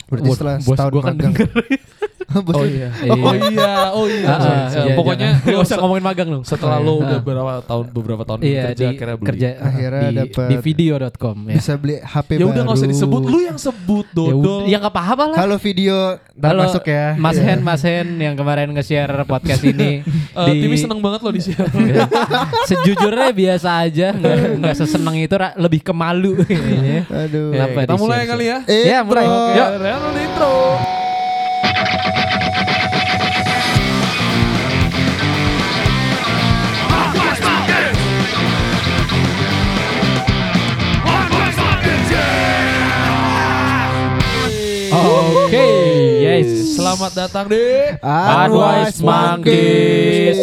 Berarti setelah setahun gua kan magang. Oh iya. Pokoknya nggak usah ngomongin magang lu. Setelah lo udah beberapa tahun kerja akhirnya beli. Akhirnya dapat di video.com ya. bisa beli HP baru. Ya udah nggak usah disebut, lu yang sebut dodol. Ya enggak apa-apa lah. Halo video, ntar Halo, masuk ya. Mas Hen yang kemarin nge-share podcast ini. Timmy seneng banget lo di-share. Sejujurnya biasa aja, enggak seseneng itu, lebih ke malu kayaknya. Aduh. Kenapa Kita mulai di-share? kali ya. Ya, mulai. Yuk, Real intro. Oke, yes. Selamat datang di Advice Monkeys.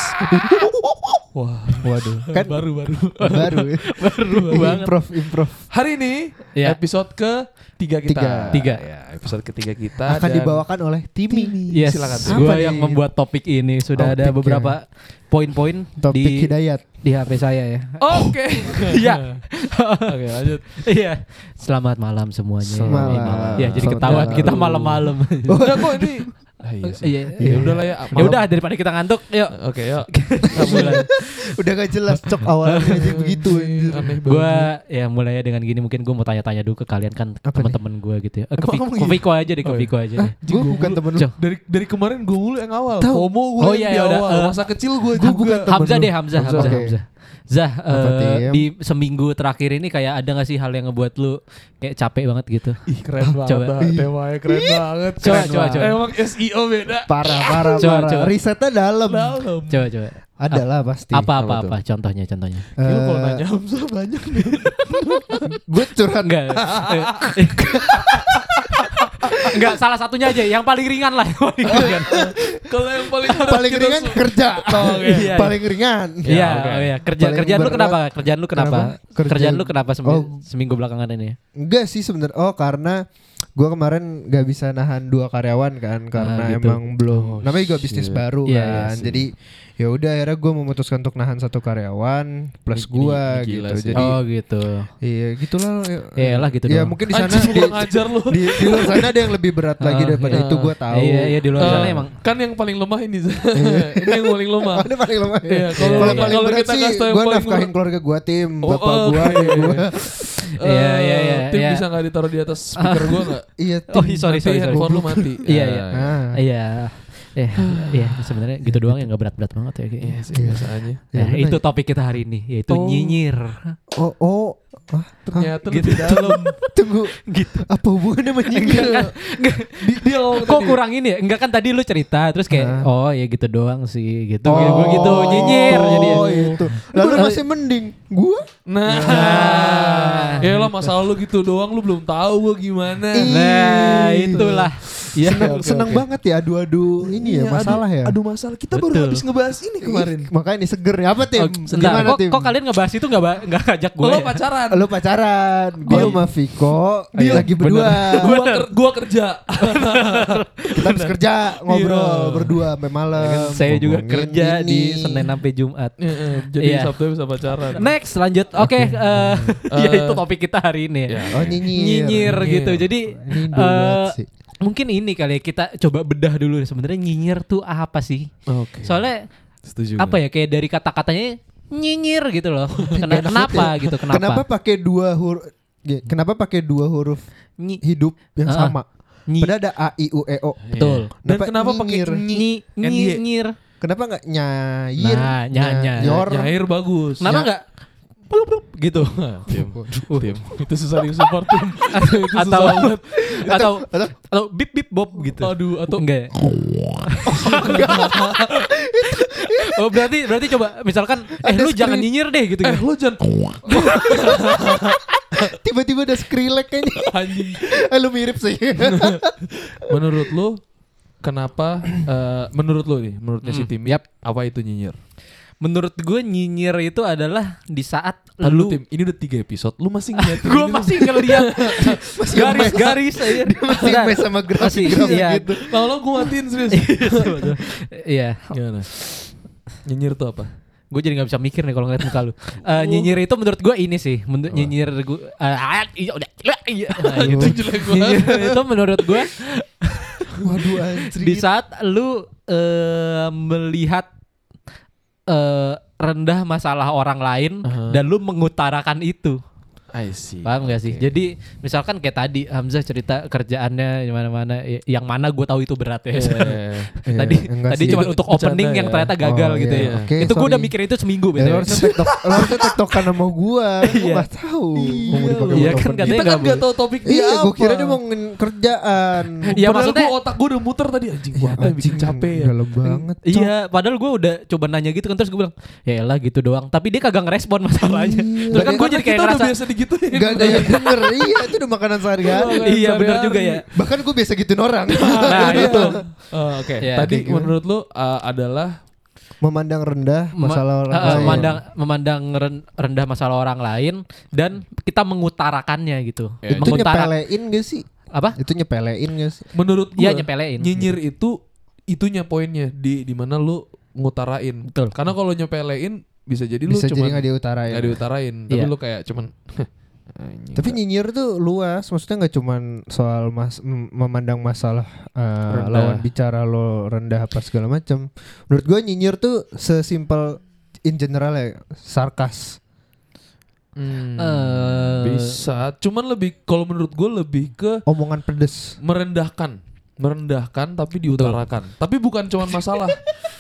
Wah, Waduh. Kan baru. baru ya. banget. Improv. Hari ini Ya. episode ke-3 kita. Tiga. Ya, episode ke-3 kita Akan dan dibawakan oleh Timmy. Yes, Silakan. gue Apa yang nih? membuat topik ini. Sudah ada Topiknya. beberapa poin-poin Topik Hidayat. di HP saya ya. Oke. Iya. Oke, lanjut. Iya. Selamat malam semuanya. Malam. Ya, jadi Selamat ketahuan malam. kita malam-malam. Enggak kok ini. Iya sih. Iya. Ya udahlah ya. Ya udah, daripada kita ngantuk, yuk. Oke, yuk. Mulai. Udah gak jelas cok awalnya aja begitu anjir. Aneh banget. Gue ya mulai dengan gini, mungkin gue mau tanya-tanya dulu ke kalian kan, Apa teman-teman gue gitu ya. Ke Emang Viko, kamu ke Viko aja deh, ke Oh, iya. Viko aja deh. Gue bukan temen lu. Jom. Dari kemarin gue mulu yang awal. Tahu. FOMO gue Oh, yang iya, di ya udah, awal. Masa kecil gue Gua bukan juga. temen Hamzah lu. deh, Hamzah. Oke. Zah, Apa, Tim? di seminggu terakhir ini kayak ada gak sih hal yang ngebuat lu kayak capek banget gitu? Ih, keren banget. Coba. Temanya keren banget. Coba, Keren coba, banget. coba. Emang SEO beda. Parah. Coba. Risetnya dalam. Coba. Ada lah pasti. Apa? Contohnya. Lu kalau nanya Hamzah banyak nih. Gue curhat Enggak. Enggak, salah satunya aja, yang paling ringan lah. Kalau yang paling paling kita ringan kerja. Iya. Paling ringan. Iya, oke. oh iya. Paling Kerjaan lu berat. kenapa? Kerjaan lu kenapa? Kenapa? Kerjaan lu kenapa Oh. seminggu belakangan ini? Enggak sih sebenarnya. Oh karena gue kemarin gak bisa nahan 2 karyawan kan karena gitu. emang belum. Namanya juga bisnis baru Iya, kan. iya. Jadi ya udah akhirnya gue memutuskan untuk nahan 1 karyawan plus Ini gue gila gitu. sih. Jadi Oh gitu. iya gitulah. Ya lah gitu Ya doang. mungkin di sana Anjing lu ngajar lu. di luar sana ada yang lebih berat lagi daripada iya. itu gue tahu. Iya, di luar sana emang. Kan yang paling lemah ini. Ini yang paling lemah. Ada paling lemah. Iya, Kalau kalau paling kalau berat kita sih kasih tahu yang gue paling nafkahin berat. keluarga gue, Tim, Oh, bapak oh, gue, oke. gue. Iya. Tim Iya. bisa nggak ditaruh di atas speaker gue nggak? Iya, Oh, Tim. sorry. Handphone lu mati. Iya. Ah. Iya. Iya, sebenarnya gitu doang ya, enggak berat-berat banget ya kayaknya. Iya sih biasa aja. Ya, Nah, bener itu ya. topik kita hari ini, yaitu Oh. nyinyir. Oh. Ternyata gitu. lebih dalam. Tunggu. Gitu. Apa hubungannya sama nyindir? Dia ngomong Kok tadi. kurang ini ya? Enggak kan tadi lu cerita terus kayak oh ya gitu doang sih gitu. Gue Oh, gitu nyinyir jadi. Oh itu. Lalu masih mending gua. Nah. Ya lah masalah lu gitu doang, lu belum tahu gua gimana. Nah, itulah. Ya. Seneng banget ya adu-adu ini ya Iya, masalah ya. Aduh masalah. Kita baru Betul. habis ngebahas ini kemarin. Makanya ini seger ya apa Tim? Enggak, Gimana Tim? kok kalian ngebahas itu enggak ngajak gue? Lo ya? pacaran. Lu pacaran, dia sama Viko, dia lagi bener. berdua. Gua kerja. Kita habis kerja ngobrol Iya. berdua sampai malam. Saya juga Ngomongin kerja ini. di Senin sampai Jumat. Jadi Iya. Sabtu bisa pacaran. Next lanjut. Oke, ya itu topik kita hari ini. Ya. Oh nyinyir. Nyinyir gitu. Jadi Ini banget sih. mungkin ini kali ya, kita coba bedah dulu sebenarnya nyinyir tuh apa sih? Oke. Soalnya Setuju. apa ya, kayak dari kata-katanya nyinyir gitu loh. Kenapa gitu? Kenapa pakai 2 huruf? Kenapa pakai 2 huruf Nyi- hidup yang Ah. sama? Nyi- Padahal ada A I U E O. Betul. Dan kenapa pakai nyinyir? Nyinyir. Kenapa enggak nyair? Nah, nyanyi. Nyor. Nyair bagus. Kenapa Ya. enggak blup gitu? Tim. Itu susah di support tim. Itu susah Atau banget. atau bip bip bob gitu. Aduh, atau enggak. Oh berarti coba misalkan Ada lu jangan screen. nyinyir deh gitu. lo jangan Tiba-tiba ada Skrillex kayaknya. anjing. Lu mirip sih. Menurut lo kenapa menurut lo nih, menurutnya si Tim, Yap. apa itu nyinyir? Menurut gue nyinyir itu adalah di saat Tadi lu Tim, ini udah 3 episode, lu masih ngeliat gue masih ngeliat garis-garis aja. Masih Enggak, mes sama masih, grafik-grafik iya. gitu. Lalu gue matiin serius. Iya. Gimana? Nyinyir tuh apa? Gue jadi nggak bisa mikir nih kalau ngeliat muka lu. Nyinyir itu menurut gue ini sih, nyinyir gue. Nyinyir itu menurut gue. Waduh anjir. Di saat lu melihat rendah masalah orang lain dan lu mengutarakan itu. I see. Paham gak sih? Jadi misalkan kayak tadi Hamzah cerita kerjaannya di mana-mana, yang mana gue tahu itu berat ya. Tadi cuma untuk opening yang ternyata gagal gitu ya. Okay, itu gue udah mikir itu seminggu lo harusnya tektokan sama gue. Gue gak tahu. Iya kan katanya kita kan gak tahu topik dia apa. Gue kira dia mau ngomongin kerjaan. Iya padahal maksudnya otak gue udah muter tadi anjing. Gua apa yang bikin capek ya. Dalam banget. Iya padahal gue udah coba nanya gitu kan, terus gue bilang ya elah gitu doang. Tapi dia kagak ngerespon masalahnya. Terus kan gue jadi kayak ngerasa gitu ya. Gak ada yang denger. Iya itu udah makanan sehari-hari. Iya benar juga ya. Bahkan gue biasa gituin orang. Nah itu. Oke. Ya, Tadi kayak menurut lu adalah memandang rendah masalah orang lain. Memandang rendah masalah orang lain dan kita mengutarakannya gitu. Itu nyepelein gak sih? Apa? Itu nyepelein gak sih? menurut gua Iya nyepelein. nyinyir itunya poinnya di mana lu ngutarain. Betul. Karena kalau nyepelein bisa jadi lu Bisa cuman jadi gak diutarain. nggak diutarain, tapi Iya. lu kayak cuman Tapi nyinyir tuh luas, maksudnya nggak cuman soal memandang masalah lawan bicara lo rendah apa segala macam. Menurut gue nyinyir tuh sesimpel in general ya sarkas. Bisa, cuman lebih kalau menurut gue lebih ke Omongan pedes. merendahkan tapi diutarakan. Tapi bukan cuman masalah.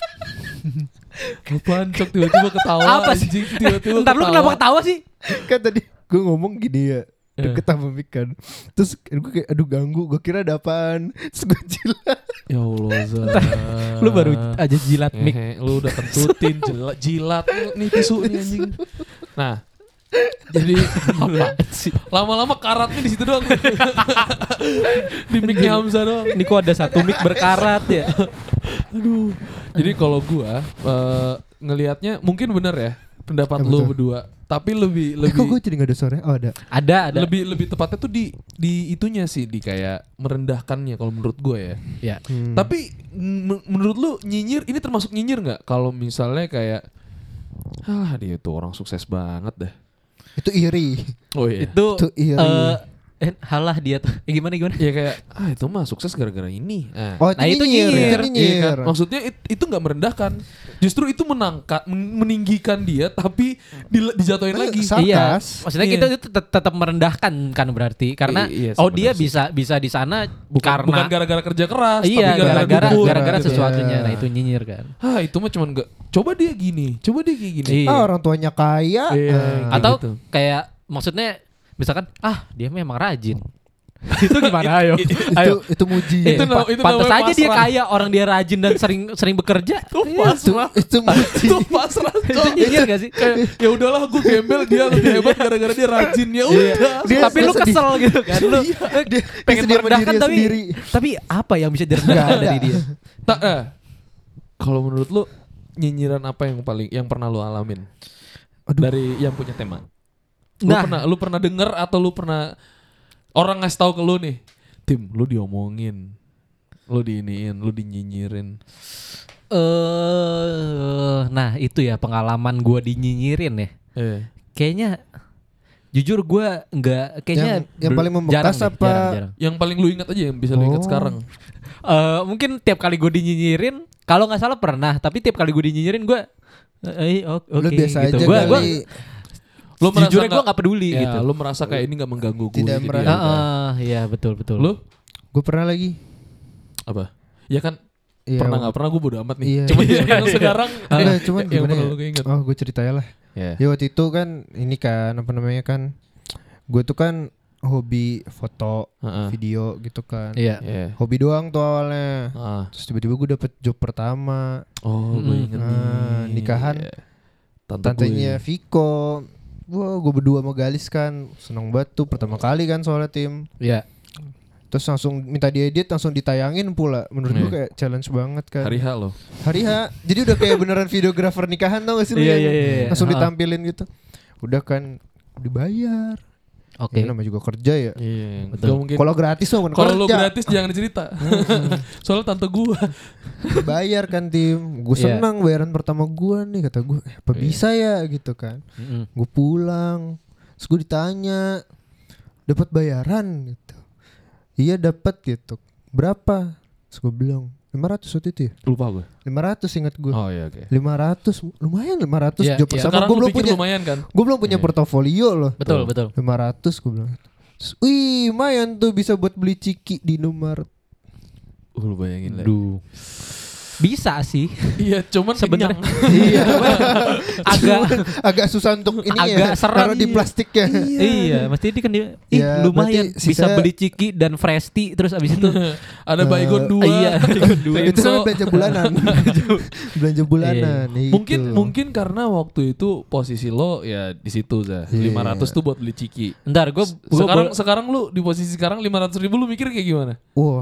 Apaan cok tiba-tiba ketawa Apa sih? anjing, tiba-tiba Ntar lu kenapa ketawa sih? Kan tadi gue ngomong gini ya, deket sama mic kan. Terus gue kayak aduh ganggu, gue kira ada apaan. Terus gue jilat. Ya Allah Zah. Lu baru aja jilat mic. Lu udah kentutin jilat nih tisu nih anjing. Nah, jadi lama-lama karatnya di situ doang. Di mic-nya Hamzah doang. Ini kok ada satu mic berkarat ya? Aduh. Jadi kalau gua ngelihatnya mungkin benar ya pendapat lu berdua, tapi lebih Kok gue jadi gak ada suara? Oh ada. Ada. lebih tepatnya tuh di itunya sih, di kayak merendahkannya kalau menurut gue ya. Ya. Tapi menurut lu nyinyir ini termasuk nyinyir nggak? Kalau misalnya kayak alah dia tuh orang sukses banget dah. Itu iri. Oh iya. Itu iri. halah dia tuh. Gimana? Ya kayak itu mah sukses gara-gara ini. Oh Nah, itu nyinyir. Iya kan? Maksudnya itu nggak merendahkan. Justru itu meninggikan dia tapi dijatuhin lagi. Iya. Sarkas. Maksudnya kita itu tetap merendahkan kan berarti karena Iya, dia sebenarnya bisa di sana bukan karena gara-gara kerja keras, iya tapi gara-gara dukun. sesuatunya. Iya. Nah, itu nyinyir kan. Itu mah cuman gak. Coba dia kayak gini. Iya. Orang tuanya kaya. Iya. Atau gitu. kayak maksudnya misalkan dia memang rajin. Itu gimana ayo? Ayo. Itu muji. Itu Pantas namanya aja dia pasrah. kaya, orang dia rajin dan sering bekerja. Itu pasrah. Itu muji. Itu pasrah. Itu nyinyir gak sih? Kayak ya udahlah gue gembel, dia lebih hebat gara-gara dia rajin ya udah. Dia Tapi lu sedih. kesel gitu kan. Lu Dia pengen sedih sama merendahkan dirinya tapi sendiri. tapi apa yang bisa direndahkan Nggak dari ada. dia? Kalau menurut lu nyinyiran apa yang pernah lu alamin? Dari yang punya tema. Lu pernah denger atau lu pernah orang ngasih tahu ke lu nih, Tim, lu diomongin, lu diiniin, lu dinyinyirin. Nah itu ya pengalaman gue dinyinyirin ya. Kayaknya jujur gue nggak kayaknya Yang paling membekas jarang deh, apa? jarang. Yang paling lu ingat aja yang bisa lu ingat sekarang. Mungkin tiap kali gue dinyinyirin, kalau nggak salah pernah, tapi tiap kali gue dinyinyirin gue oke Lu biasa gitu. aja Gua kali. Lu jujurnya gue nggak peduli ya, gitu. lu merasa kayak ini nggak mengganggu gue. Tidak jadi merasa. ya udah. Iya betul. Lu Gue pernah lagi. apa? Ya kan Iya, pernah nggak pernah gue bodo amat nih. Iya. Cuma yang sekarang Enggak, cuman yang gimana pernah ya? lu keinget. Oh, gue ceritain lah. Ya. Ya waktu itu kan ini kan apa namanya kan, gue tuh kan hobi foto, video gitu kan. Iya. Hobi doang tuh awalnya. Terus tiba-tiba gue dapet job pertama. Oh, gue inget nih. Nikahan Iya. tantenya Viko. Wah, gue berdua sama Galis kan, seneng banget tuh pertama kali kan soalnya tim. Iya. Terus langsung minta diedit, langsung ditayangin pula. Menurut gue kayak challenge banget kan. Hari H loh. Hari H. Jadi udah kayak beneran videografer nikahan tau gak sih lu Iya, yang iya, iya. langsung ditampilin gitu. Udah kan dibayar. Oke. Ya, namanya juga kerja ya. Iya, betul. Kalau gratis mah kalau lu gratis jangan cerita. Soalnya tante gua bayar kan tim. Gue senang bayaran pertama gue nih, kata gue apa bisa ya gitu kan. Gue pulang, terus gue ditanya dapat bayaran gitu. Iya dapat gitu. Berapa? Terus gue bilang 500 waktu itu ya. lupa gua. 500 ingat gue. Oh iya oke. 500 lumayan 500 job pertama. Sekarang Gue belum punya lumayan kan? Gue belum punya portofolio loh. Betul. 500 gue bilang. Terus, wih lumayan tuh bisa buat beli ciki di Indomaret. Lu bayangin lah. Bisa sih. Iya, cuman sebenarnya Iya. agak agak susah untuk ini agak ya. seret. Taruh di plastiknya. Iya, mesti ini kan dia Ya, lumayan bisa beli ciki dan fresh tea terus abis itu ada baygon 2. Iya, itu namanya belanja bulanan. Belanja bulanan. Iya. Mungkin karena waktu itu posisi lo ya di situ Zah. 500 tuh buat beli ciki. Ntar gue sekarang lu di posisi sekarang 500.000 lu mikir kayak gimana? Wah.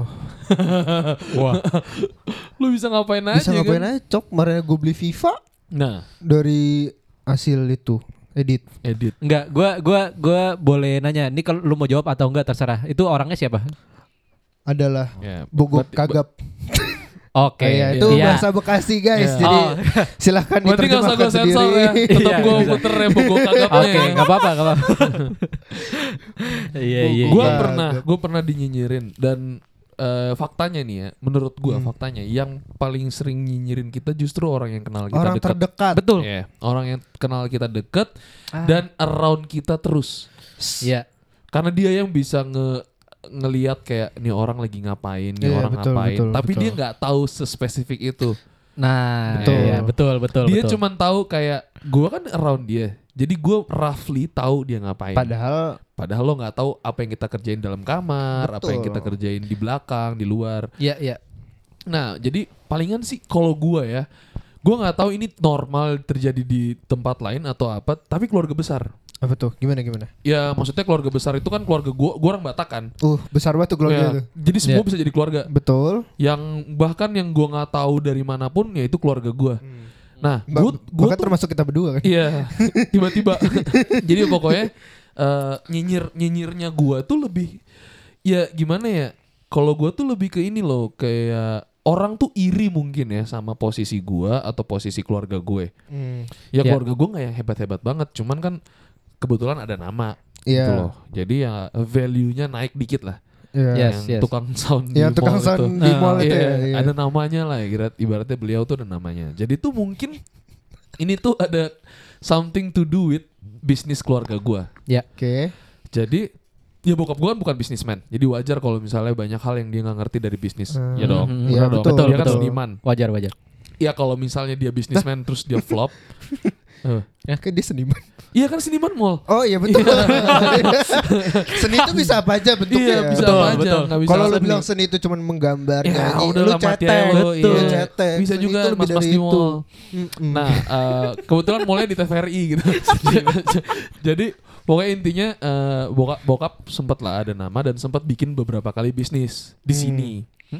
Lu bisa ngapain aja Bisa ngapain kan? aja cok. Kemarin gue beli FIFA. Nah, dari hasil itu edit. Enggak, gue boleh nanya. Ini kalau lu mau jawab atau enggak terserah. Itu orangnya siapa? Adalah ya, Bogok Kagap. Oke, ya, itu bahasa Bekasi guys. Ya. Jadi silahkan berarti gak usah gue diterjemahkan sensor sendiri. ya. Tetap gue puter ya Bogok Kagapnya. Oke, nggak apa-apa. Iya. Gue pernah dinyinyirin dan faktanya nih ya, menurut gue faktanya yang paling sering nyinyirin kita justru orang yang kenal kita orang dekat. terdekat. Betul. Yeah. Orang yang kenal kita dekat dan around kita terus. Iya. Karena dia yang bisa ngelihat kayak nih orang lagi ngapain, nih orang ngapain. Tapi dia nggak tahu sespesifik itu. Nah, betul. Dia cuman tahu kayak gue kan around dia. Jadi gue roughly tahu dia ngapain. Padahal lo nggak tahu apa yang kita kerjain dalam kamar, apa yang kita kerjain di belakang, di luar. Iya. Nah, jadi palingan sih kalau gue nggak tahu ini normal terjadi di tempat lain atau apa, tapi keluarga besar. Apa tuh? Gimana? Ya maksudnya keluarga besar itu kan keluarga gue orang Batak kan. Besar banget tuh keluarga itu. Jadi semua bisa jadi keluarga. Betul. Yang bahkan yang gue nggak tahu dari manapun ya itu keluarga gue. Nah, gue termasuk kita berdua kan. Iya, tiba-tiba. Jadi pokoknya nyinyirnya gue tuh lebih ya gimana ya? Kalau gue tuh lebih ke ini loh, kayak orang tuh iri mungkin ya sama posisi gue atau posisi keluarga gue. Ya keluarga gue nggak yang hebat-hebat banget, cuman kan kebetulan ada nama gitu loh. Jadi ya value-nya naik dikit lah. Yes. Tukang sound tukang sound di mall itu ya. Ada namanya lah ya, ibaratnya beliau tuh ada namanya. Jadi tuh mungkin ini tuh ada something to do with bisnis keluarga gua. Ya. Oke. Jadi ya bokap gua kan bukan bisnismen. Jadi wajar kalau misalnya banyak hal yang dia nggak ngerti dari bisnis. Ya dong. Iya betul. Dia kan seniman. Wajar. Ya kalau misalnya dia bisnismen terus dia flop. Kayak dia seniman. Iya kan seniman mall. Oh iya betul. Seni itu bisa apa aja bentuknya. Iya bisa apa aja. Kalau lu bilang seni itu cuma menggambar, ya nyanyi, udah lu lah cetek. Betul. Cetek. Bisa seni juga mas-mas di mall. Nah kebetulan mallnya di TVRI gitu. Jadi pokoknya intinya bokap sempat lah ada nama dan sempat bikin beberapa kali bisnis di sini.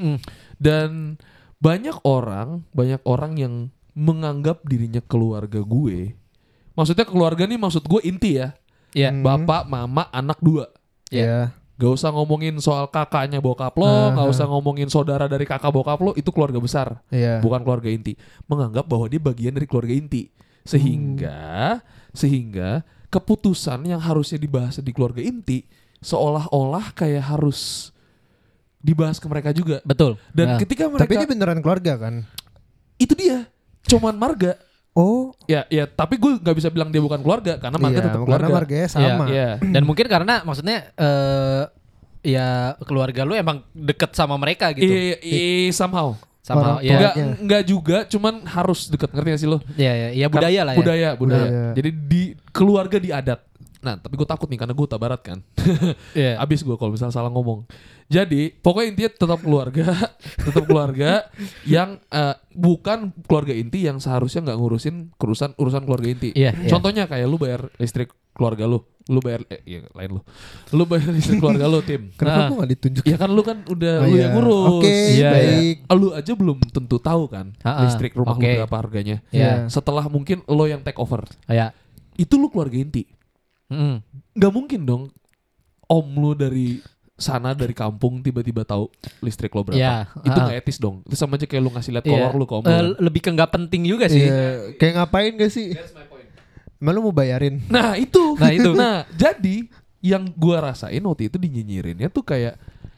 Dan banyak orang yang menganggap dirinya keluarga gue. Maksudnya keluarga nih maksud gue inti ya. Iya. Bapak, mama, anak 2. Iya. Gak usah ngomongin soal kakaknya bokap lo, gak usah ngomongin saudara dari kakak bokap lo, itu keluarga besar. Bukan keluarga inti. Menganggap bahwa dia bagian dari keluarga inti. Sehingga keputusan yang harusnya dibahas di keluarga inti seolah-olah kayak harus dibahas ke mereka juga. Betul. Dan ketika mereka... Tapi ini beneran keluarga kan? Itu dia. Cuman marga. Oh. Ya, tapi gue nggak bisa bilang dia bukan keluarga karena marga tetap keluarga. Karena marganya sama. Iya. Dan mungkin karena maksudnya ya keluarga lu emang deket sama mereka gitu. Somehow. Sama enggak juga, cuman harus deket, ngerti gak sih lo? Iya, budaya lah ya. Budaya. Jadi di keluarga diadat. Nah, tapi gue takut nih karena gue tak barat kan. Abis gue kalau misalnya salah ngomong. Jadi pokoknya intinya tetap keluarga yang bukan keluarga inti yang seharusnya nggak ngurusin urusan keluarga inti. Contohnya kayak lu bayar listrik keluarga lu bayar lu bayar listrik keluarga lu tim. Kenapa gue nggak ditunjuk? Ya kan lu kan udah lu yang ngurus. Oke, baik. Lu aja belum tentu tahu kan listrik rumah lu berapa harganya. Setelah mungkin lo yang take over. Itu lu keluarga inti. Nggak mungkin dong om lu dari sana dari kampung tiba-tiba tahu listrik lo berapa. Itu nggak etis dong. Itu sama aja kayak lu ngasih lihat kolor lu ke om. Lebih ke nggak penting juga sih. Kayak ngapain gak sih? Emang lu mau bayarin? Nah itu. Nah jadi yang gua rasain waktu itu dinyinyirinnya tuh kayak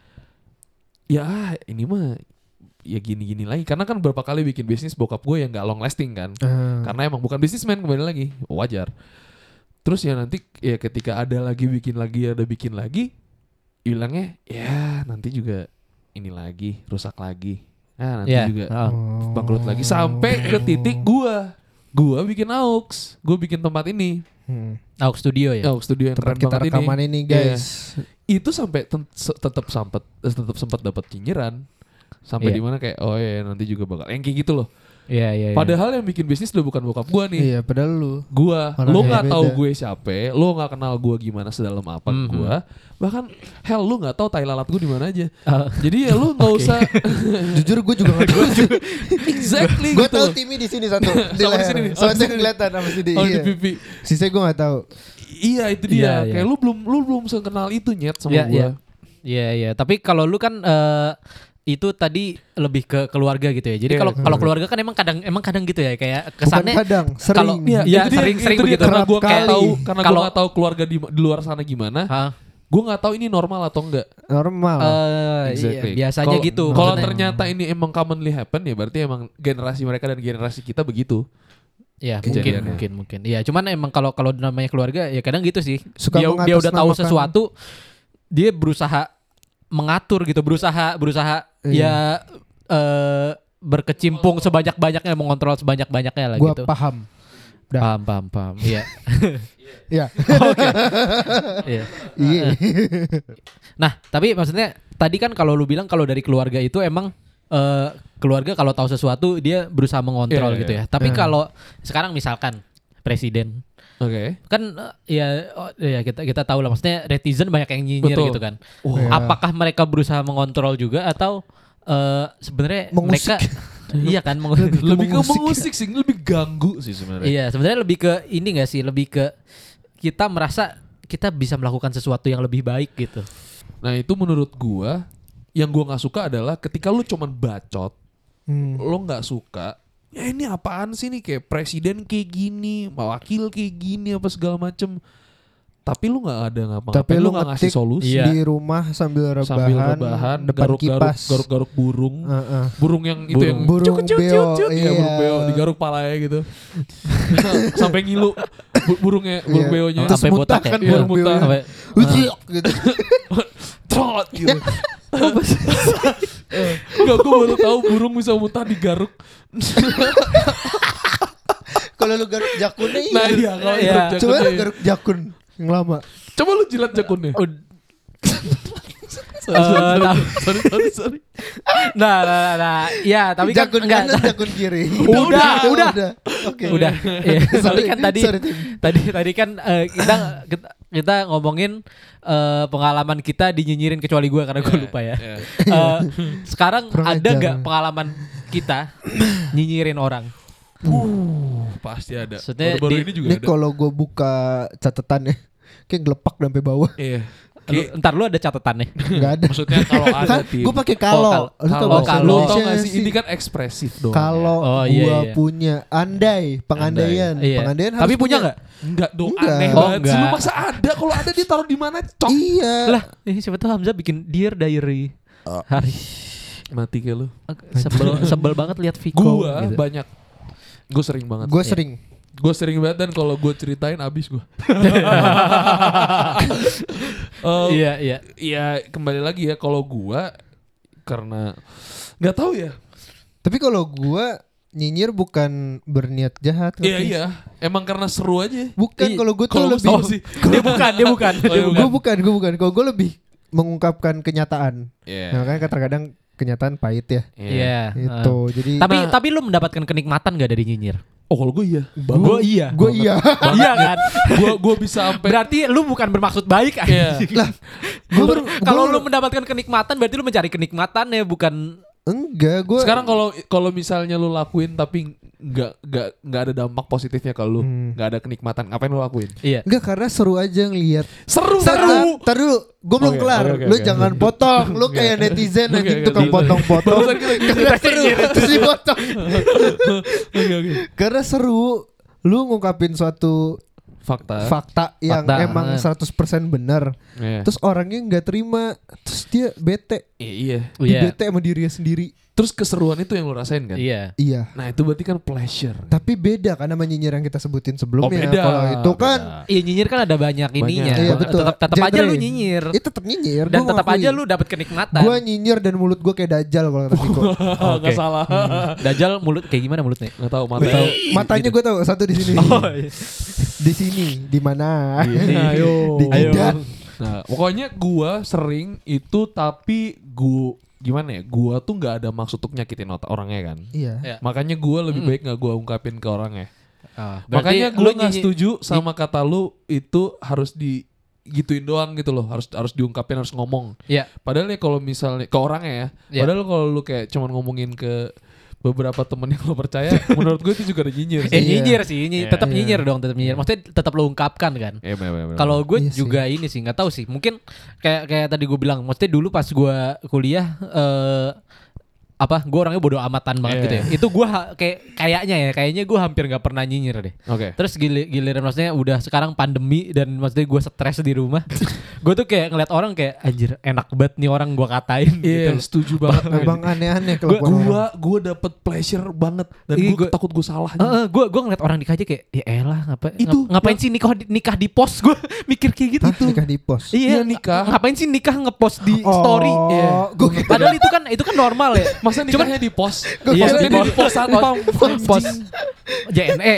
ya ini mah ya gini-gini lagi. Karena kan beberapa kali bikin bisnis bokap gue yang gak long lasting kan. Karena emang bukan bisnismen, kembali lagi. Wajar. Terus ya nanti ya ketika ada lagi bikin lagi bilangnya ya nanti juga ini lagi rusak lagi. Nah nanti juga bangkrut lagi. Sampai ke titik gua bikin AUX. Gue bikin tempat ini. AUX Studio ya? AUX Studio yang tempat keren kita banget rekaman ini guys. Itu sampai tetap sempat dapat nyinyiran. Sampai di mana kayak oh ya nanti juga bakal yang kayak gitu loh. Iya. Padahal yang bikin bisnis udah bukan bokap gua nih. Iya, padahal lu. Lu nggak tahu gue siapa, lu nggak kenal gua gimana sedalam apa gua. Bahkan hell lu nggak tahu tai lalat gua di mana aja. Jadi ya lu nggak usah. Jujur gue juga nggak tahu. Exactly. Gue tahu Timmy di sini satu. Di sini. Soalnya kelihatan sama sini. Oh di pipi. Sisanya gue nggak tahu. Iya itu dia. Kayak lu belum kenal itu nyet sama gua. Iya. Tapi kalau lu kan itu tadi lebih ke keluarga gitu ya. Jadi kalau keluarga kan emang kadang gitu ya kayak kesannya. Bukan kadang, sering. Sering begitu. Karena gue nggak tahu keluarga di luar sana gimana. Gue nggak tahu ini normal atau enggak. Normal. Exactly. Iya, biasanya gitu. Kalau ternyata ini emang commonly happen ya berarti emang generasi mereka dan generasi kita begitu. Ya mungkin. Iya, cuman emang kalau namanya keluarga ya kadang gitu sih. Suka dia udah tahu sesuatu, dia berusaha mengatur gitu, berusaha ya berkecimpung sebanyak-banyaknya, mengontrol sebanyak-banyaknya lah gitu. Gua paham. Paham. Iya. Iya. Oke. Iya. Nah, tapi maksudnya tadi kan kalau lu bilang kalau dari keluarga itu emang keluarga kalau tahu sesuatu dia berusaha mengontrol gitu ya. Tapi kalau sekarang misalkan presiden kan ya kita tahu lah, maksudnya netizen banyak yang nyinyir gitu kan. Apakah mereka berusaha mengontrol juga atau sebenarnya mereka iya kan lebih ke mengusik sih, lebih ganggu sih sebenarnya. Iya, sebenarnya lebih ke ini enggak sih, lebih ke kita merasa kita bisa melakukan sesuatu yang lebih baik gitu. Nah, itu menurut gua yang gua enggak suka adalah ketika lu cuman bacot, lu enggak suka. Ya ini apaan sih nih, kayak presiden kayak gini, wakil kayak gini apa segala macem. Tapi lu nggak ada ngapa-ngapain, tapi lu nggak ngasih solusi di rumah sambil rebahan depan kipas, garuk burung, burung yang itu yang burung beo, burung beo digaruk palanya gitu, sampai ngilu burung beonya, sampai botak kan, burung muntah, gitu, trot gitu. Enggak, gue baru tahu burung bisa muntah digaruk. Kalau lu garuk jakunnya nah iya, kalau garuk coba lu garuk jakun yang lama. Coba lu jilat jakunnya. Sorry. Nah, ya tapi jakun kan enggak jakun kiri. Udah. Oke. Udah. Ya, tapi kan tadi kan kita ngomongin pengalaman kita dinyinyirin kecuali gue karena gue lupa ya. Sekarang ada enggak pengalaman kita nyinyirin orang? Pasti ada. Baru-baru ini juga ada. Ini kalau gue buka catatannya kayak gelepak sampai bawah. Iya. Ntar lu ada catatannya? Enggak ada. Maksudnya kalau ada tim. Gue pakai kalau. Lu tau gak sih ini kan ekspresif dong. Kalau gue punya pengandaian harus. Tapi punya enggak? Enggak dong, aneh banget. Lu masa ada? Kalau ada dia taruh di mana? Cok. Iya. Lah, siapa tahu Hamzah bikin Dear Diary. Hari mati kayak lu. Sebel banget lihat Viko. Gua gitu. Banyak. Gue sering banget. Gue sering banget dan kalau gue ceritain abis gue. Iya. Iya, kembali lagi ya kalau gue karena nggak tahu ya. Tapi kalau gue nyinyir bukan berniat jahat. Iya. Emang karena seru aja. Bukan, kalau gue tuh lebih. Dia bukan. Gue bukan. Kalau gue lebih mengungkapkan kenyataan. Nah, kan terkadang kenyataan pahit ya. Iya. Itu. Jadi. Tapi lu mendapatkan kenikmatan gak dari nyinyir? Oh, kalau gue iya. Gue iya. Iya kan? Gue bisa sampai. Berarti lu bukan bermaksud baik aja. Lah, kalau lu mendapatkan kenikmatan berarti lu mencari kenikmatannya, bukan Enggak, gue Sekarang kalau misalnya lu lakuin tapi nggak ada dampak positifnya ke lu, nggak ada kenikmatan, ngapain lu lakuin? Iya. enggak karena seru aja ngelihat. Seru. Tar dulu, gue belum Oke, kelar. oke, Lu oke. jangan potong. Lu kayak netizen Oke, anjing oke, tukang oke. potong-potong. Barusan kita Karena seru terus dipotong. Oke. Karena seru. Lu ngungkapin suatu fakta yang Fakta, emang 100% benar. Iya. Terus orangnya nggak terima, terus dia bete. Iya. Dia bete sama dirinya sendiri. Terus keseruan itu yang lu rasain kan? Iya. Iya. Nah itu berarti kan pleasure. Tapi beda kan sama nyinyir yang kita sebutin sebelumnya. beda. Kalau itu kan Iya, nyinyir kan ada banyak ininya. Iya, betul. Tetap aja Genre. lu nyinyir. itu tetap nyinyir. Dan tetap aja lu dapat kenikmatan. Gue nyinyir dan mulut gue kayak dajal kalau kata Viko. Nggak salah. Dajal mulut kayak gimana mulutnya? Nggak tahu Gua tahu. Matanya gue tahu satu di sini. Di sini, di mana? Ayo. Di jidat. Nah, pokoknya gua sering itu tapi gimana ya? Gua tuh nggak ada maksud untuk nyakitin orangnya kan. Iya. Ya. Makanya gua lebih baik nggak gua ungkapin ke orangnya. Berarti Makanya lu gua nggak setuju sama kata lu itu harus gituin doang gitu loh, harus diungkapin, harus ngomong. Iya. Padahal ya kalau misalnya ke orangnya ya, Iya. padahal kalau lu kayak cuman ngomongin ke beberapa temen yang lo percaya, menurut gue itu juga ada nyinyir sih. nyinyir sih, tetap Iya. nyinyir dong, tetap nyinyir. Maksudnya tetap lu ungkapkan kan. Kalau gue Iya sih. juga ini sih nggak tahu sih. Mungkin kayak tadi gue bilang, maksudnya dulu pas gue kuliah gue orangnya bodo amatan banget gitu ya. Itu gue kayaknya gue hampir nggak pernah nyinyir deh. Oke. Terus giliran maksudnya udah sekarang pandemi dan maksudnya gue stres di rumah. Gue tuh kayak ngeliat orang kayak anjir enak banget nih orang gue katain Iya, gitu. setuju banget. Emang aneh-aneh kelakuan orang. Gue dapet pleasure banget dan Iya, gue takut gue salah. Gue ngeliat orang nikah aja kayak ya elah Itu, ngapain sih nikah di post. Gue mikir kayak gitu. Hah, nikah di pos. Iya, Iya, nikah. Ngapain sih nikah ngepost di story? Iya. Gue Padahal itu kan normal ya. Masa nikahnya di pos? Iya, Maksudnya di di pos satpam. Pos JNE.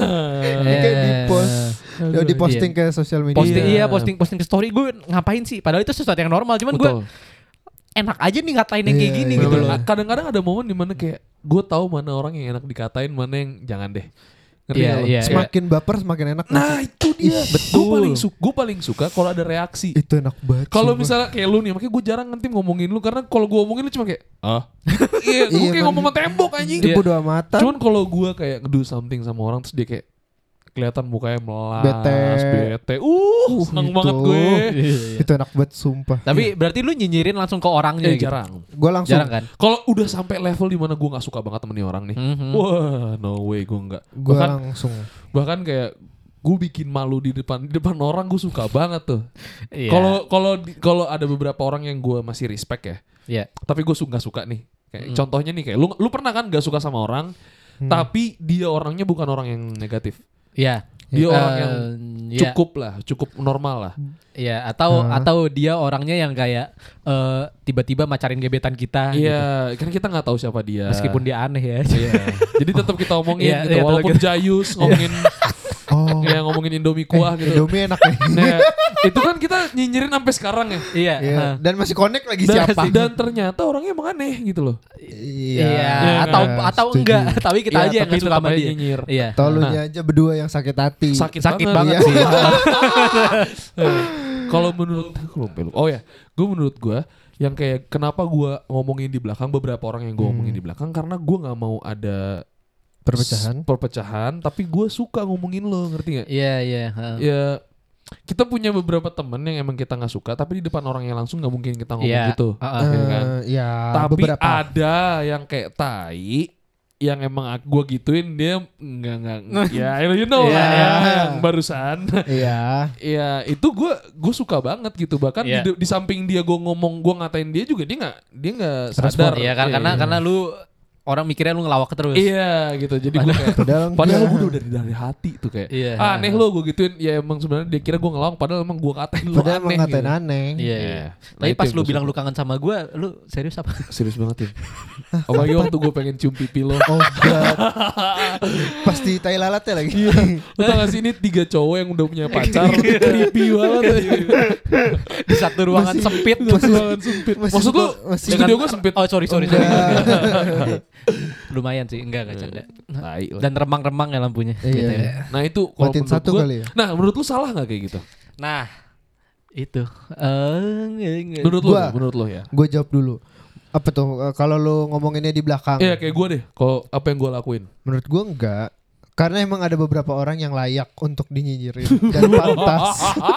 nikah di pos. Ya diposting ke sosial media. Posting ke story. Gue ngapain sih? Padahal itu sesuatu yang normal. Cuman gue Betul. enak aja nih ngatain yang kayak Iya, gini iya, gitu iya. loh. Kadang-kadang ada momen dimana kayak gue tahu mana orang yang enak dikatain, mana yang jangan deh. Ngerti Iya, nggak lo? iya. Semakin baper semakin enak. Nah itu dia. Betul. Gue paling suka kalau ada reaksi. Itu enak banget. Kalau sumpah. misalnya kayak lu nih, makanya gue jarang nanti ngomongin lu karena kalau gue ngomongin lu cuma kayak iya, gue Iya, kayak kan. ngomong sama tembok anjing. Dia bodo amatan. Cuman kalau gue kayak ngedo something sama orang terus dia kayak kelihatan mukanya melas, bete. Seneng itu. banget gue. Itu enak banget sumpah. Tapi berarti lu nyinyirin langsung ke orangnya gitu. Jarang. Gue langsung Jarang kan? Kalau udah sampai level dimana gue nggak suka banget sama nih orang nih, Mhm. wah no way gue nggak. gue langsung Bahkan kayak gue bikin malu di depan orang gue suka banget tuh. Iya. Kalau ada beberapa orang yang gue masih respect ya, Iya. tapi gue nggak suka nih. Kayak contohnya nih kayak lu pernah kan gak suka sama orang, tapi dia orangnya bukan orang yang negatif. Iya. Dia orang yang iya. cukup normal lah. Iya, atau dia orangnya yang kayak tiba-tiba macarin gebetan kita gitu. Iya, kan kita nggak tahu siapa dia. Meskipun dia aneh ya. Iya. Jadi tetap kita omongin Iya, gitu. iya, Walaupun tetap Jayus ngomongin ngomongin Indomie kuah gitu. Indomie enak nih. Nah, itu kan kita nyinyirin sampai sekarang ya. Iya. Iya. Dan masih connect lagi Dan, siapa? dan ternyata orangnya emang aneh gitu loh. Iya. Iya, atau setuju. enggak, tapi kita Iya, aja yang tapi nggak suka tetap sama aja dia. nyinyir. Iya. Tolunya aja berdua yang sakit hati. Sakit banget Iya. sih. Kalau menurut gue menurut gue yang kayak kenapa gue ngomongin di belakang beberapa orang yang gue ngomongin di belakang karena gue nggak mau ada perpecahan tapi gue suka ngomongin lo, ngerti nggak? Iya, iya. Ya kita punya beberapa temen yang emang kita nggak suka tapi di depan orang yang langsung nggak mungkin kita ngomong Iya. gitu, ya kan? Iya. Tapi Beberapa. ada yang kayak tai yang emang gue gituin dia nggak ya you know Iya, lah iya. yang barusan. Iya. Ya itu gue suka banget gitu, bahkan Iya. di samping dia gue ngomong gue ngatain dia juga dia nggak Respon. sadar. Iya kan, karena lu orang mikirnya lu ngelawak terus. iya gitu, jadi gue kayak Padahal gue udah dari hati tuh kayak Iya. aneh lo gue gituin, ya emang sebenarnya dia kira gue ngelawak padahal emang gue katain lo Padahal emang aneh ngatain gitu. aneh. Iya, Iya. iya. Nah, Tapi itu pas yang lu gua bilang suka. lu kangen sama gue, lu serius apa? Serius banget ya. Apalagi waktu gue pengen cium pipi lo. Oh god. Pasti tai lalatnya lagi. Lu tau gak sih ini 3 cowok yang udah punya pacar, creepy banget. Di satu ruangan sempit. Ruangan sempit. Maksud lu studio gue sempit? Oh sorry. Enggak. Lumayan sih, enggak canda. Tai lah. Dan remang-remang ya lampunya. Iya. Gitu ya. Nah itu kalau Matiin menurut satu gua, kali ya? Nah menurut lu salah gak kayak gitu? Nah, itu. Menurut Gua- lu ya? Gue jawab dulu. Apa tuh kalau lu ngomonginnya di belakang? Iya kayak gue deh. Kalau apa yang gue lakuin? Menurut gue enggak. Karena emang ada beberapa orang yang layak untuk dinyinyirin dan pantas.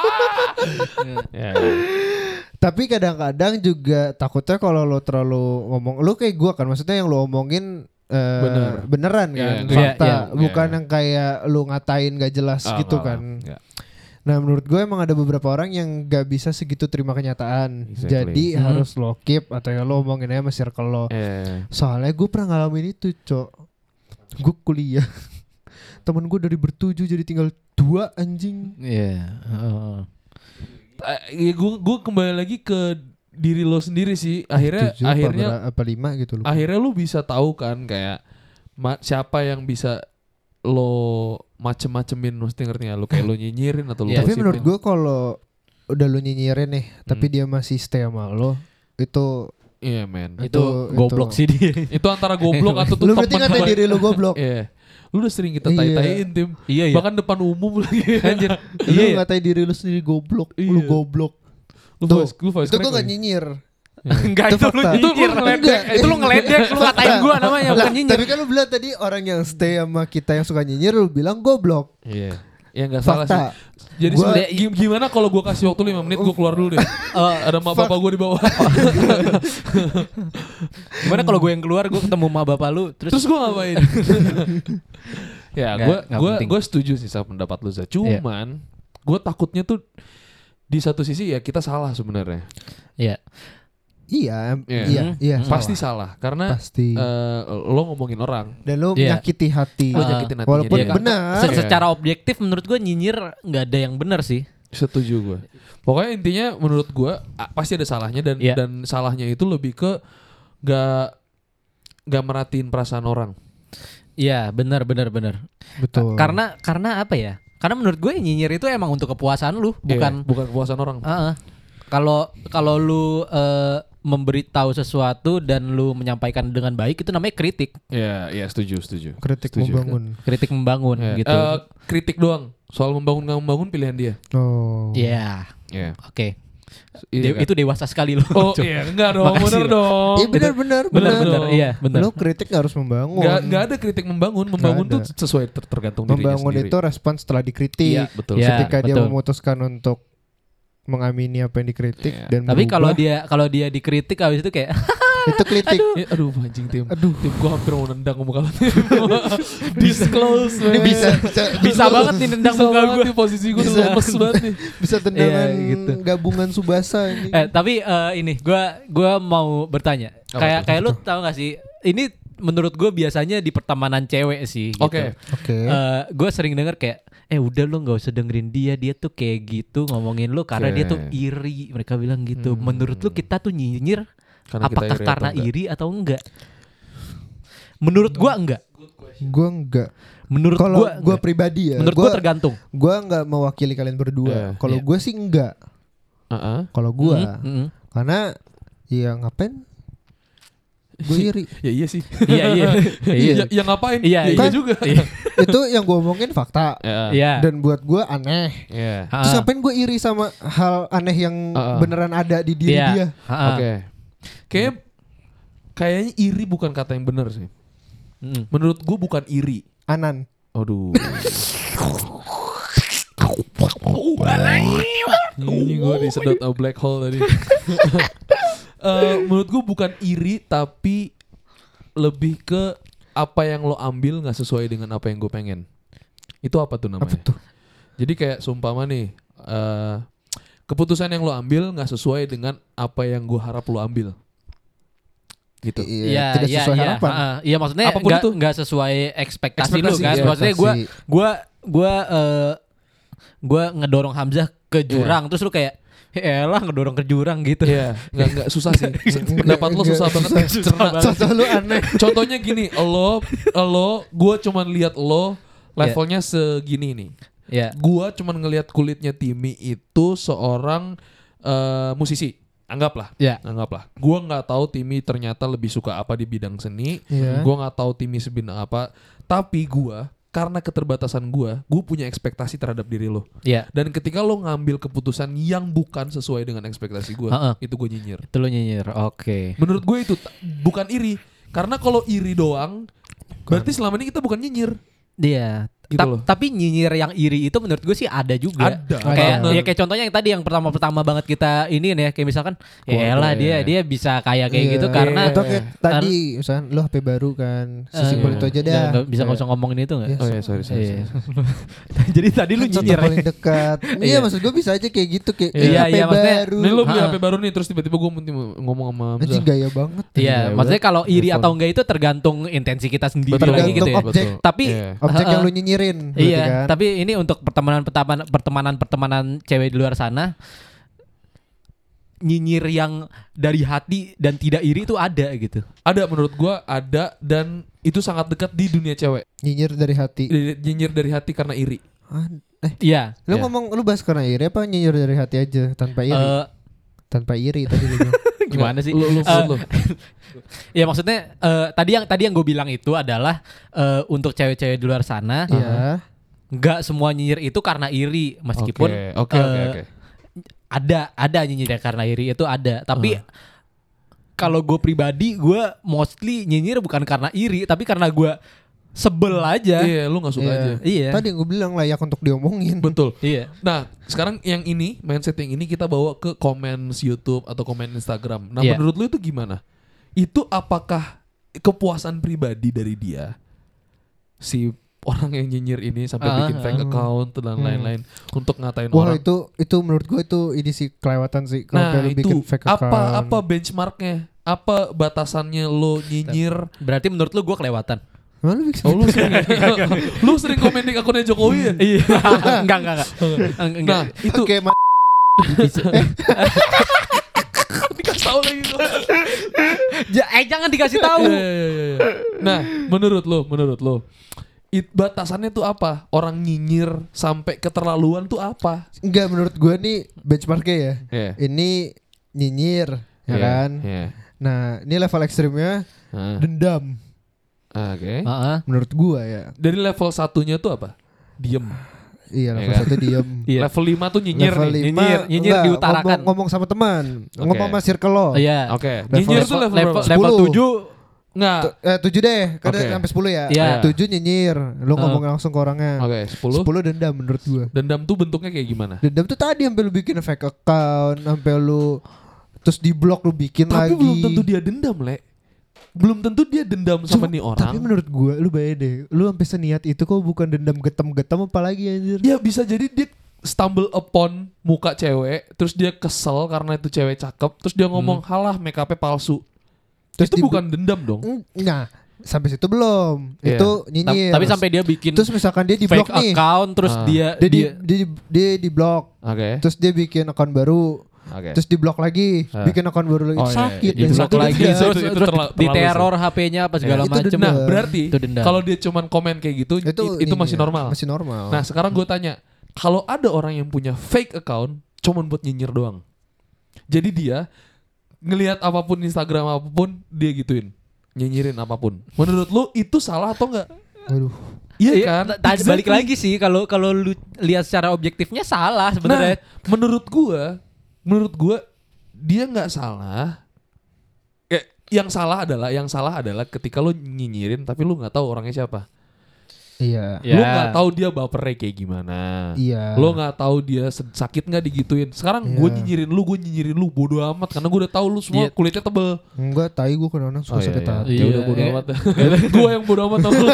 Tapi kadang-kadang juga takutnya kalau lo terlalu ngomong, lo kayak gue kan, maksudnya yang lo omongin beneran kan, fakta, bukan yang kayak lo ngatain gak jelas gitu kan. Nah menurut gue emang ada beberapa orang yang gak bisa segitu terima kenyataan. Jadi harus lo keep atau ya lo omongin aja sama circle lo. Soalnya gue pernah ngalamin itu Cok. Gue kuliah temen gue dari bertujuh jadi tinggal 2 anjing. Gue kembali lagi ke diri lo sendiri sih. Akhirnya apa 5 gitu loh. Akhirnya lo bisa tahu kan kayak siapa yang bisa lo macem-macemin, mesti ngerti gak? Lo kayak lo nyinyirin atau lo Tapi menurut gue kalau udah lo nyinyirin nih tapi dia masih stay sama lo, itu iya men, itu goblok sih dia. Itu antara goblok atau tuh lu berarti ngatain diri lo goblok. Iya. Lu udah sering kita tai-taiin Tim. Iya. Bahkan depan umum lagi anjir. Lu ngatain diri lu sendiri goblok. Lu goblok. Lu voice itu gue gak nyinyir. Enggak, itu lu nyinyir. Itu lu ngeledek, lu ngatain gua namanya, bukan nyinyir. Tapi kan lu bilang tadi orang yang stay sama kita yang suka nyinyir, lu bilang goblok. Iya. Ya gak salah sih. Jadi gimana kalau gue kasih waktu 5 menit gue keluar dulu deh. Ada mak bapak gue di bawah. Gimana kalau gue yang keluar, gue ketemu mak bapak lu, terus gue ngapain? Ya gue setuju sih sama pendapat lu Za. Cuman gue takutnya tuh di satu sisi ya kita salah sebenarnya. Iya, pasti salah karena lo ngomongin orang dan lo menyakiti hati. Lo nyakitin hatinya walaupun dia. Benar. Secara objektif menurut gue nyinyir nggak ada yang benar sih. Setuju gue. Pokoknya intinya menurut gue pasti ada salahnya dan salahnya itu lebih ke gak merhatiin perasaan orang. Iya, benar. Betul. Karena apa ya? Karena menurut gue nyinyir itu emang untuk kepuasan lu, bukan kepuasan orang. Kalau lu memberitahu sesuatu dan lu menyampaikan dengan baik, itu namanya kritik. Iya, setuju. Kritik membangun gitu. Kritik doang. Soal membangun nggak membangun pilihan dia. Oh. Iya. Oke. Iya, itu dewasa sekali lu. Oh iya, enggak dong. Bener dong. Iya benar. Iya, benar. Lu kritik harus membangun. Enggak ada kritik membangun. Membangun tuh sesuai tergantung dirinya sendiri. Membangun itu respon setelah dikritik. Iya, betul. Ketika dia memutuskan untuk mengamini apa yang dikritik dan tapi kalau dia dikritik habis itu kayak itu kritik. Aduh anjing Tim. Tim gua hampir mau nendang muka lu. Disclose. Bisa banget nih nendang muka gua. Posisi gua lemes banget nih. Bisa tendangan gitu. Gabungan Subasa ini. Tapi ini gua mau bertanya. Kayak lu tahu gak sih? Ini menurut gue biasanya di pertemanan cewek sih gitu. Oke. Gue sering denger kayak udah lu gak usah dengerin dia tuh kayak gitu ngomongin lu karena dia tuh iri. Mereka bilang gitu. Menurut lu kita tuh nyinyir apakah karena iri atau enggak? Menurut gue enggak. Gue enggak. Menurut gue pribadi ya. Menurut gue tergantung. Gue enggak mewakili kalian berdua. Kalau gue sih enggak. Kalau gue karena ya ngapain? Gue iri. Ya iya sih. Iya. Ya ngapain? Iya kan? juga. Itu yang gue omongin fakta. Dan buat gue aneh. Terus ngapain gue iri sama hal aneh yang beneran ada di diri dia? Oke. Kayaknya iri bukan kata yang benar sih. Menurut gue bukan iri. Anan. Aduh. Ini gue disedot black hole tadi. Menurut gue bukan iri tapi lebih ke apa yang lo ambil nggak sesuai dengan apa yang gue pengen. Itu apa tuh namanya? Apa tuh? Jadi kayak sumpama nih keputusan yang lo ambil nggak sesuai dengan apa yang gue harap lo ambil. Gitu. Tidak sesuai harapan. Iya maksudnya nggak sesuai ekspektasi lu kan. Maksudnya gue ngedorong Hamzah ke jurang terus lu kayak elah ngedorong ke jurang gitu. Iya, enggak susah sih. Pendapat lo susah banget cerna. Contoh lu aneh. Contohnya gini, gue cuman lihat lo levelnya segini nih. Iya. Gue cuman ngelihat kulitnya Timmy itu seorang musisi. Anggaplah. Gue nggak tahu Timmy ternyata lebih suka apa di bidang seni. Gue nggak tahu Timmy sebidang apa. Tapi gue karena keterbatasan gue punya ekspektasi terhadap diri lo. Iya. Dan ketika lo ngambil keputusan yang bukan sesuai dengan ekspektasi gue, itu gue nyinyir. Itu lo nyinyir, oke. Menurut gue itu bukan iri. Karena kalau iri doang, berarti selama ini kita bukan nyinyir. Iya. Gitu Tapi nyinyir yang iri itu menurut gue sih ada juga. Kayak contohnya yang tadi yang pertama banget kita ini nih ya, kayak misalkan yaelah dia bisa kayak gitu karena atau kayak tadi misalkan lu HP baru kan, sesimpel itu aja dah. Nggak usah ngomongin itu enggak? Oh ya, sorry. Jadi tadi lu nyinyir paling dekat. Iya, maksud gue bisa aja kayak gitu kayak HP baru. Nih lu beli HP baru nih terus tiba-tiba gue ngomong sama Hamzah. Anjing gaya banget. Iya, maksudnya kalau iri atau enggak itu tergantung intensi kita sendiri lagi gitu ya. Tapi objek yang lu nyinyirin. Iya, kan? Tapi ini untuk pertemanan cewek di luar sana, nyinyir yang dari hati dan tidak iri itu ada gitu. Ada, menurut gua ada, dan itu sangat dekat di dunia cewek. Nyinyir dari hati. Nyinyir dari hati karena iri. Iya. Lu ngomong lu bahas karena iri apa nyinyir dari hati aja tanpa iri? Tanpa iri tadi lu. Gimana sih? Lu. Ya maksudnya tadi yang gue bilang itu adalah untuk cewek-cewek di luar sana, nggak semua nyinyir itu karena iri, meskipun Oke. ada nyinyir karena iri itu ada, tapi kalau gue pribadi gue mostly nyinyir bukan karena iri, tapi karena gue sebel aja. Iya, lu gak suka aja. Iya. Tadi gue bilang layak untuk diomongin. Betul. Iya. Nah, sekarang yang ini, mindset yang ini kita bawa ke komen YouTube atau komen Instagram. Nah, menurut lu itu gimana? Itu apakah kepuasan pribadi dari dia, si orang yang nyinyir ini sampai bikin fake account dan lain-lain untuk ngatain orang? Wah, itu menurut gue itu ini sih kelewatan sih. Nah, itu bikin fake account. apa benchmarknya? Apa batasannya lo nyinyir? Berarti menurut lu gue kelewatan. Lu sering komen di akunnya Jokowi ya? Iya. Enggak. Nah, itu kayak dikasih tahu lagi. Jangan dikasih tahu. Nah, menurut lo, batasannya tuh apa? Orang nyinyir sampai keterlaluan tuh apa? Enggak, menurut gue nih benchmarknya ya. Ini nyinyir, ya kan? Nah, ini level ekstrimnya dendam. Oke. Menurut gua ya. Dari level satunya tuh apa? Diem. Iya, level 1 diem. Level 5 tuh nyinyir. Nyinyir diutarakan. Ngomong sama teman, ngomong sama circle lo. Iya. Oke. Nyinyir tuh level 7. Enggak. 7 deh, kan sampai 10 ya. Iya. 7 nyinyir, lu ngomong langsung ke orangnya. Oke, 10 dendam menurut gua. Dendam tuh bentuknya kayak gimana? Dendam tuh tadi sampai lu bikin fake account, sampai lu terus di blok lu bikin lagi. Tapi belum tentu dia dendam, Le. Belum tentu dia dendam sama nih orang. Tapi menurut gue, lu bayar deh, lu sampai seniat itu kok bukan dendam getem-getem apalagi anjir. Ya bisa jadi dia stumble upon muka cewek, terus dia kesel karena itu cewek cakep, terus dia ngomong halah make up-nya palsu. Terus itu bukan dendam dong. Nah, sampai situ belum. Itu nyinyir. Tapi sampai dia bikin terus misalkan dia di blok nih account, terus dia di blok. Terus dia bikin akun baru. Terus di blok lagi, bikin akun baru lagi. Sakit. Di blok lagi, terus di teror HP-nya apa segala macam. Nah, berarti kalau dia cuman komen kayak gitu, itu masih normal. Masih normal. Nah, sekarang gue tanya, kalau ada orang yang punya fake account cuman buat nyinyir doang, jadi dia ngelihat apapun Instagram apapun dia gituin, nyinyirin apapun, menurut lu itu salah atau enggak? Waduh. Iya kan? Balik lagi sih, kalau lu lihat secara objektifnya salah sebenarnya. Nah, menurut gue dia nggak salah. Yang salah adalah ketika lu nyinyirin tapi lu nggak tahu orangnya siapa. Iya. Lu nggak tahu dia bapernya kayak gimana. Iya. Lu nggak tahu dia sakit nggak digituin. Sekarang gue nyinyirin lu bodo amat karena gue udah tahu lu semua kulitnya tebel. Enggak, tai gue kadang suka sakit hati. Ya udah bodo amat. Gue yang bodo amat tau.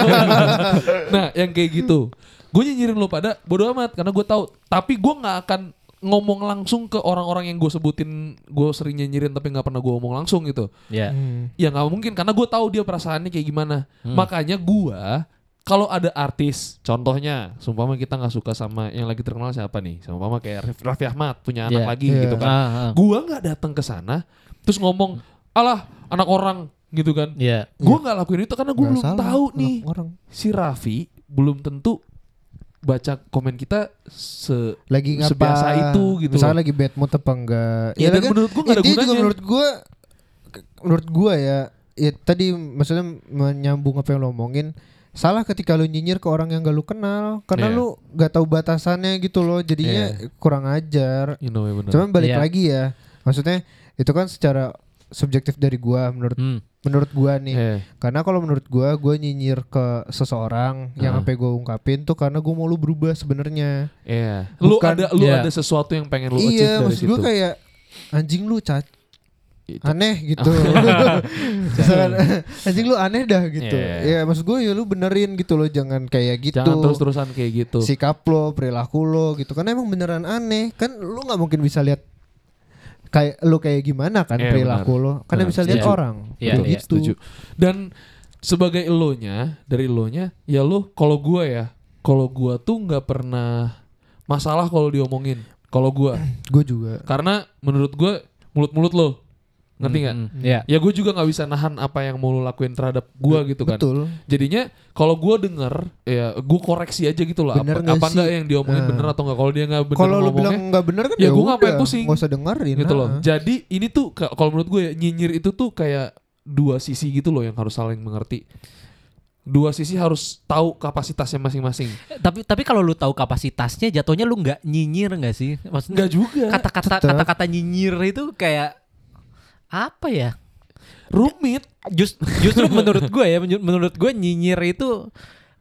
Nah, yang kayak gitu. Gue nyinyirin lu pada bodo amat karena gue tahu. Tapi gue nggak akan ngomong langsung ke orang-orang yang gue sebutin gue sering nyinyirin tapi nggak pernah gue ngomong langsung gitu. Ya. Ya nggak mungkin karena gue tahu dia perasaannya kayak gimana. Makanya gue kalau ada artis, contohnya, seumpama kita nggak suka sama yang lagi terkenal siapa nih, seumpama kayak Raffi Ahmad punya anak lagi gitu kan, gue nggak datang ke sana terus ngomong, alah anak orang gitu kan, gue nggak lakuin itu karena gue belum tahu nih si Raffi belum tentu baca komen kita lagi ngapa, sebiasa itu gitu. Misalnya lagi bad mood apa enggak? Ya dan menurut gue nggak ada gunanya. Juga menurut gue ya tadi maksudnya menyambung apa yang lo omongin. salah ketika lu nyinyir ke orang yang gak lu kenal karena lu gak tahu batasannya gitu loh, jadinya kurang ajar. Cuman balik lagi ya, maksudnya itu kan secara subjektif dari gua menurut gua nih. Karena kalau menurut gua nyinyir ke seseorang yang sampai gua ungkapin tuh karena gua mau lu berubah sebenarnya. Lu ada sesuatu yang pengen lu achieve dari situ. Iya, maksud gua kayak anjing lu aneh gitu. Anjing lu aneh dah gitu. Ya maksud gue ya lu benerin gitu loh, jangan kayak gitu. Jangan terus-terusan kayak gitu. Sikap lo, perilaku lo gitu. Karena emang beneran aneh. Kan lu gak mungkin bisa lihat kayak lu kayak gimana kan perilaku lo. Karena bisa lihat orang. Gitu. Setuju. Dan sebagai dari elonya ya lu kalau gue tuh gak pernah masalah kalau diomongin. Kalau gue juga. Karena menurut gue mulut-mulut lo, ngerti nggak? Ya gue juga nggak bisa nahan apa yang mau lo lakuin terhadap gue gitu kan. Betul. Jadinya kalau gue denger ya gue koreksi aja gitu lah. Apa nggak yang diomongin bener atau nggak? Kalau dia nggak bener ngomongnya, kalau lo bilang nggak bener kan ya gue ngapain pusing? Nggak usah dengerin gitu loh. Jadi ini tuh kalau menurut gue ya, nyinyir itu tuh kayak dua sisi gitu loh yang harus saling mengerti. Dua sisi harus tahu kapasitasnya masing-masing. Tapi kalau lu tahu kapasitasnya, jatuhnya lu nggak nyinyir nggak sih? Maksudnya nggak juga. Kata-kata nyinyir itu kayak apa ya? Rumit. Justru menurut gue nyinyir itu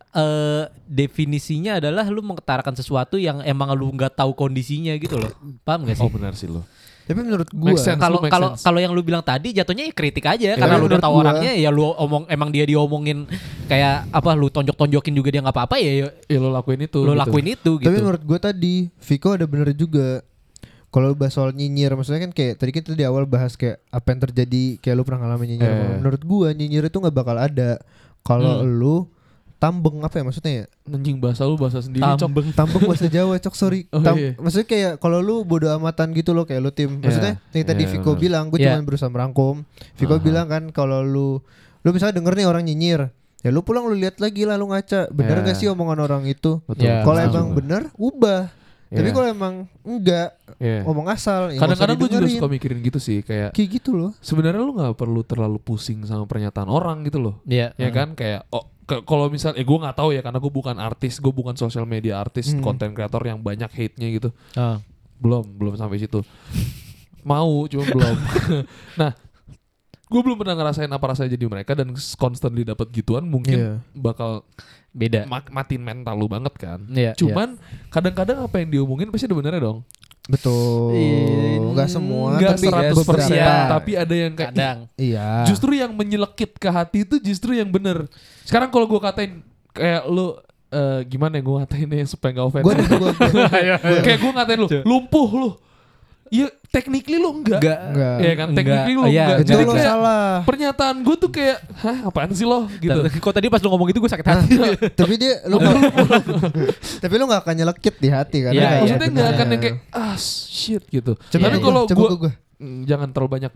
definisinya adalah lu mengutarakan sesuatu yang emang lu nggak tahu kondisinya gitu loh. Paham nggak sih? Oh benar sih lo. Tapi menurut gue kalau yang lu bilang tadi jatuhnya kritik aja karena lu udah tahu orangnya ya lu emang dia diomongin kayak apa, lu tonjok-tonjokin juga dia nggak apa-apa ya lu lakuin itu. Lakuin itu gitu. Tapi menurut gue tadi Viko ada bener juga. Kalau bahas soal nyinyir, maksudnya kan kayak tadi kita di awal bahas kayak apa yang terjadi, kayak lu pernah ngalamin nyinyir. Menurut gue nyinyir itu nggak bakal ada kalau lu tambeng, apa ya maksudnya ya? Anjing bahasa lu bahasa sendiri. Tambeng bahasa Jawa, cok, sorry. Maksudnya kayak kalau lu bodo amatan gitu loh, kayak lu tim. Maksudnya yang tadi Viko bilang, gue cuma berusaha merangkum. Viko bilang kan kalau lu misalnya denger nih orang nyinyir, ya lu pulang lu lihat lagi lah, lu ngaca, bener gak sih omongan orang itu? Kalau emang bener, ubah. Tapi kalau emang enggak, ngomong asal. Kadang-kadang gue juga suka mikirin gitu sih, kayak gitu loh. Sebenarnya lu nggak perlu terlalu pusing sama pernyataan orang gitu loh. Ya kan kayak kalau misal gue nggak tahu ya karena gue bukan artis, gue bukan social media artis, content creator yang banyak hate-nya gitu. Belum sampai situ. Mau cuma belum. Nah, gue belum pernah ngerasain apa rasanya jadi mereka, dan constantly dapat gituan mungkin bakal beda, matiin mental lu banget kan. Cuman kadang-kadang apa yang diomongin pasti ada benernya dong. Betul. Enggak semua, enggak tapi 100%, tapi ada yang kayak kadang. Iya. Justru yang menyelekit ke hati itu justru yang bener. Sekarang kalau gue katain kayak lu gimana ya gue ngatainnya supaya enggak offensive. Kayak gue ngatain lu lumpuh lu. Iya, technically lu enggak. Iya kan, technically lu enggak. Jadi kayak salah. Pernyataan gue tuh kayak, hah apaan sih lo gitu. Kok tadi pas lu ngomong itu gue sakit hati. Tapi tapi lu gak akan nyelekit di hati kan. Maksudnya gak akan yang kayak shit gitu. Tapi kalau gue jangan terlalu banyak.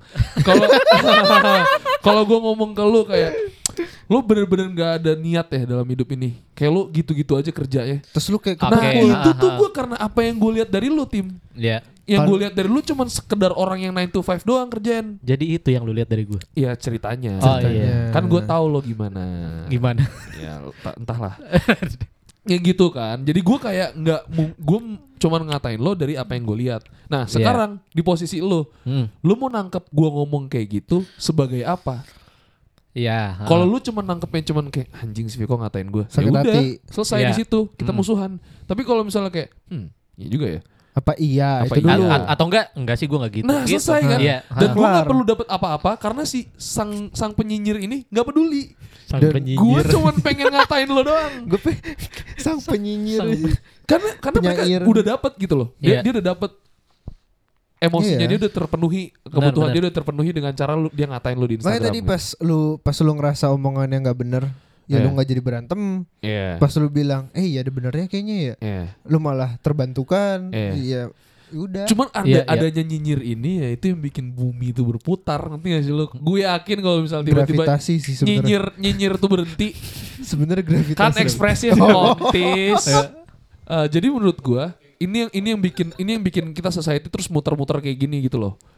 Kalau gue ngomong ke lu kayak, lu bener-bener gak ada niat ya dalam hidup ini. Kayak lu gitu-gitu aja kerjanya. Terus lu kayak itu tuh gue karena apa yang gue lihat dari lu, Tim. Iya. Yang gue lihat dari lu cuman sekedar orang yang 9 to 5 doang kerjaan. Jadi itu yang lu lihat dari gue. Iya, ceritanya. Iya. Kan gue tahu lo gimana. Ya entahlah. Ya gitu kan. Jadi gue kayak gue cuman ngatain lo dari apa yang gue lihat. Nah sekarang di posisi lo mau nangkep gue ngomong kayak gitu sebagai apa? Iya. Kalau lu cuman nangkepnya cuman kayak anjing si Viko ngatain gue, ya udah selesai di situ, kita musuhan. Tapi kalau misalnya kayak iya juga ya. Apa itu dulu. Atau enggak sih, gue nggak gitu. Nah selesai kan. Dan gue nggak perlu dapat apa-apa karena si sang penyinyir ini nggak peduli. Gue cuman pengen ngatain lo doang. Gue sang penyinyir. Karena mereka udah dapat gitu loh. Dia udah dapat emosinya, dia udah terpenuhi, kebutuhan dia udah terpenuhi dengan cara dia ngatain lu di Instagram. Makanya tadi pas lu ngerasa omongannya nggak bener, ya lu nggak jadi berantem. Pas lu bilang, iya ada benernya kayaknya ya. Lu malah terbantukan. Iya. Udah. Cuman adanya nyinyir ini ya itu yang bikin bumi itu berputar, nanti nggak sih lu? Gue yakin kalau misalnya tiba-tiba nyinyir tuh berhenti. Sebenarnya gravitasi. Kan ekspresif optis. Jadi menurut gue ini yang bikin kita society terus muter-muter kayak gini gitu loh.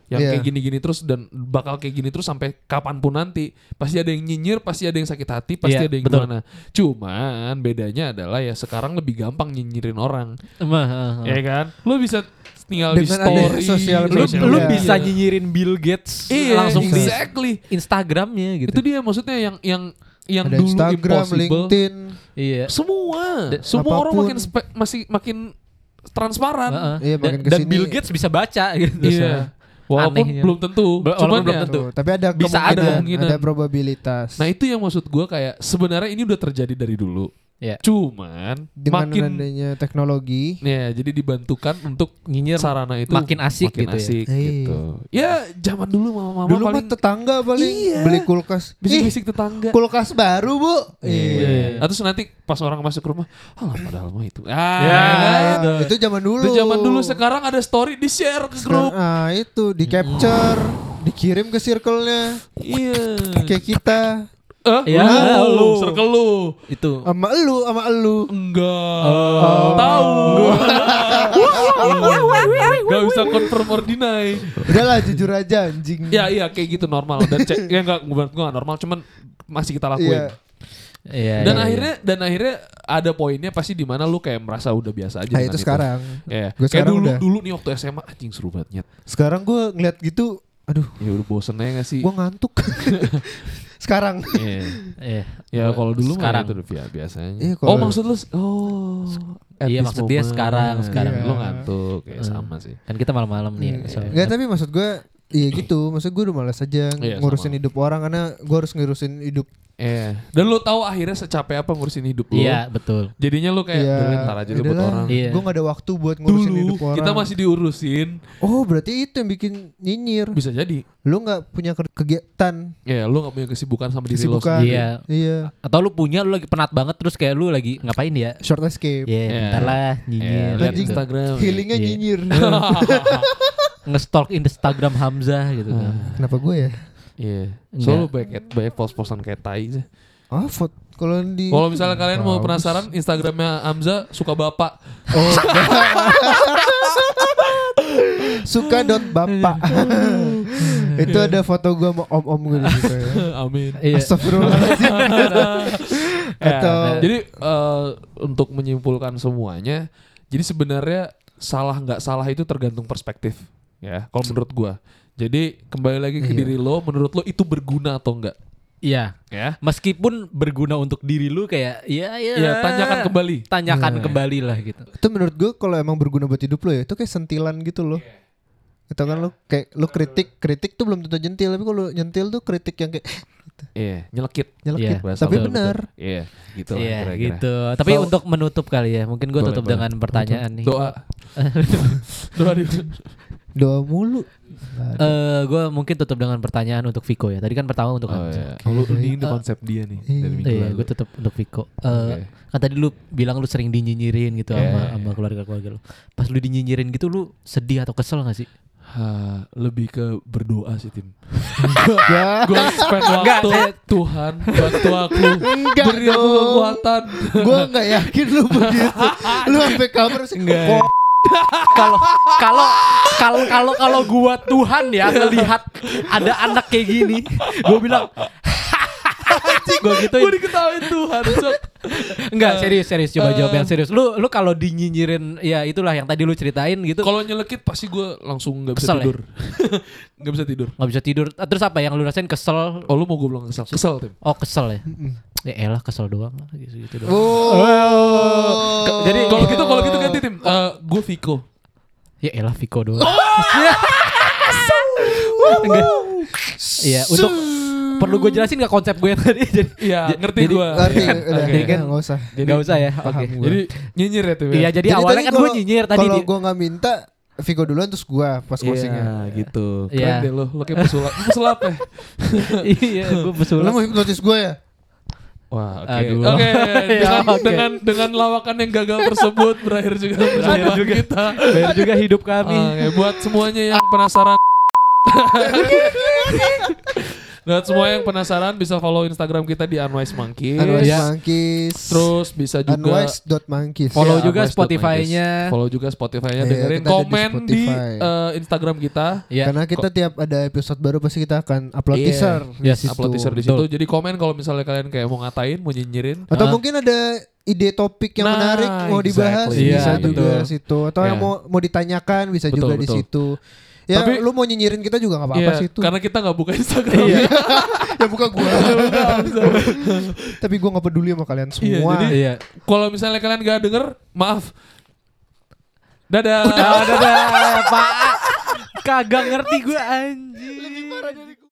yang kayak gini-gini terus dan bakal kayak gini terus sampai kapanpun nanti. Pasti ada yang nyinyir, pasti ada yang sakit hati, pasti ada yang gimana. Cuman bedanya adalah ya sekarang lebih gampang nyinyirin orang. Ya kan? Lu bisa tinggal di story, lu bisa nyinyirin Bill Gates langsung exactly di Instagramnya gitu. Itu dia maksudnya yang ada dulu Instagram, impossible. LinkedIn, semua orang makin transparan. Dan Bill Gates bisa baca gitu. Iya. Walaupun belum tentu, cuman belum tentu. Tapi ada bisa kemungkinan, ada probabilitas. Nah itu yang maksud gue kayak sebenarnya ini udah terjadi dari dulu. Cuman dengan makin adanya teknologi, ya jadi dibantukan untuk nyinyir sarana itu makin asik gitu. Ya zaman dulu mama dulu paling tetangga paling beli kulkas, bisik-bisik tetangga. Kulkas baru bu. Terus nanti pas orang masuk rumah, padahal mah itu. Itu zaman dulu. Itu zaman dulu. Sekarang ada story di share ke grup. Itu di capture, dikirim ke circle-nya. Iya. Kayak kita. Circle lu. Itu. Sama elu. Enggak. Tahu. Gak bisa confirm or deny. Udahlah jujur aja anjing. Iya kayak gitu normal dan gue gak normal cuman masih kita lakuin. Dan akhirnya ada poinnya pasti di mana lu kayak merasa udah biasa aja. Itu sekarang. Kayak dulu nih waktu SMA anjing seru banget. Sekarang gue ngeliat gitu, aduh. Ya udah bosen aja gak sih? Gue ngantuk. Sekarang. Ya kalau dulu sekarang mah itu biasanya. Maksud lu iya maksud dia sekarang lu ngantuk kayak sama sih. Kan kita malam-malam nih. Enggak, tapi maksud gue iya gitu, maksud gue udah malas aja ngurusin hidup orang karena gue harus ngurusin hidup. Dan lu tahu akhirnya secapek apa ngurusin hidup lu. Iya betul. Jadinya lu kayak ntar aja lu buat orang. Gue gak ada waktu buat ngurusin hidup orang. Kita masih diurusin. Oh berarti itu yang bikin nyinyir. Bisa jadi. Lu gak punya kegiatan. Lu gak punya kesibukan sama diri lu sendiri. Iya. Atau lu punya, lu lagi penat banget terus kayak lu lagi ngapain ya? Short escape. Bentar lah nyinyir. Lihat Instagram. Healingnya nyinyir. Nge-stalk Instagram Hamzah gitu kan. Kenapa gue ya? Soalnya banyak post-postan kayak tai sih. Kalau misalnya kalian mau penasaran Instagramnya Hamzah suka bapak. Suka.bapak. Itu ada foto gue sama om-om gue gitu ya. Amin. Astagfirullahaladzim. Jadi untuk menyimpulkan semuanya, jadi sebenarnya salah nggak salah itu tergantung perspektif ya. Kalau menurut gue. Jadi kembali lagi ke diri lo, menurut lo itu berguna atau enggak? Iya. Ya. Meskipun berguna untuk diri lo kayak tanyakan kembali. Kembali lah gitu. Itu menurut gue kalau emang berguna buat hidup lo ya, itu kayak sentilan gitu loh. Itu kan lo kayak lo kritik tuh belum tentu nyentil, tapi kalau nyentil tuh kritik yang kayak nyelekit. Tapi benar. Gitu. Gitu. Tapi untuk menutup kali ya, mungkin gue tutup dengan pertanyaan nih. Doa mulu. Gue mungkin tutup dengan pertanyaan untuk Viko ya. Tadi kan pertama untuk Hamzah. Ini konsep dia nih dari minggu lalu. Gue tutup untuk Viko. Kan tadi lu bilang lu sering dinyinyirin gitu sama keluarga-keluarga lu. Pas lu dinyinyirin gitu lu sedih atau kesel gak sih? Lebih ke berdoa sih Tim. Gue spend waktu Tuhan bantu aku, beri aku kekuatan. Gue nggak yakin lu begitu. Lu sampai kamar sih. Kalau gua Tuhan ya ngelihat ada anak kayak gini, gua bilang gue gituin. Gue diketawain Tuhan. Enggak, serius coba jawab yang serius. Lu kalau dinyinyirin ya itulah yang tadi lu ceritain gitu. Kalau nyelekit pasti gue langsung enggak bisa tidur. Enggak bisa tidur. Enggak bisa tidur. Terus apa yang lu rasain? Kesel? Oh, lu mau gue bilang kesel? Kesel, Tim. Oh, kesel ya. Ya elah kesel doang gitu doang. Jadi kalau gitu ganti Tim. Gue Viko. Ya elah Viko doang. Iya, untuk perlu gue jelasin gak konsep gue yang tadi? Ngerti gue. Jadi kan nggak usah ya. Oke. Jadi nyinyir ya Tim. Iya, jadi awalnya kan gue nyinyir tadi. Kalau gue nggak minta Viko duluan terus gue pas closingnya. Gitu. Keren deh lo kayak pesulap ya. Iya, gue pesulap. Lo mau hipnotis gue ya? Wah, oke. Dengan lawakan yang gagal tersebut berakhir juga kita. Berakhir juga hidup kami. Buat semuanya yang penasaran. Buat semua yang penasaran bisa follow Instagram kita di Unwise Monkeys. Unwise Monkeys. Terus bisa juga Unwise.monkeys. Follow juga Spotify-nya. Follow juga Spotify-nya. Dengerin, komen di Instagram kita. Karena kita tiap ada episode baru pasti kita akan upload teaser. Upload teaser di situ. Jadi komen kalau misalnya kalian kayak mau ngatain, mau nyinyirin. Atau mungkin ada ide topik yang menarik mau dibahas bisa juga situ. Atau yang mau ditanyakan bisa juga di situ. Ya tapi, lu mau nyinyirin kita juga gak apa-apa sih itu. Karena kita gak buka Instagram. Ya buka gua. Tapi gua gak peduli sama kalian semua. Jadi kalau misalnya kalian gak denger, maaf. Dadah. Dadah Pak. Kagak ngerti gua anjing.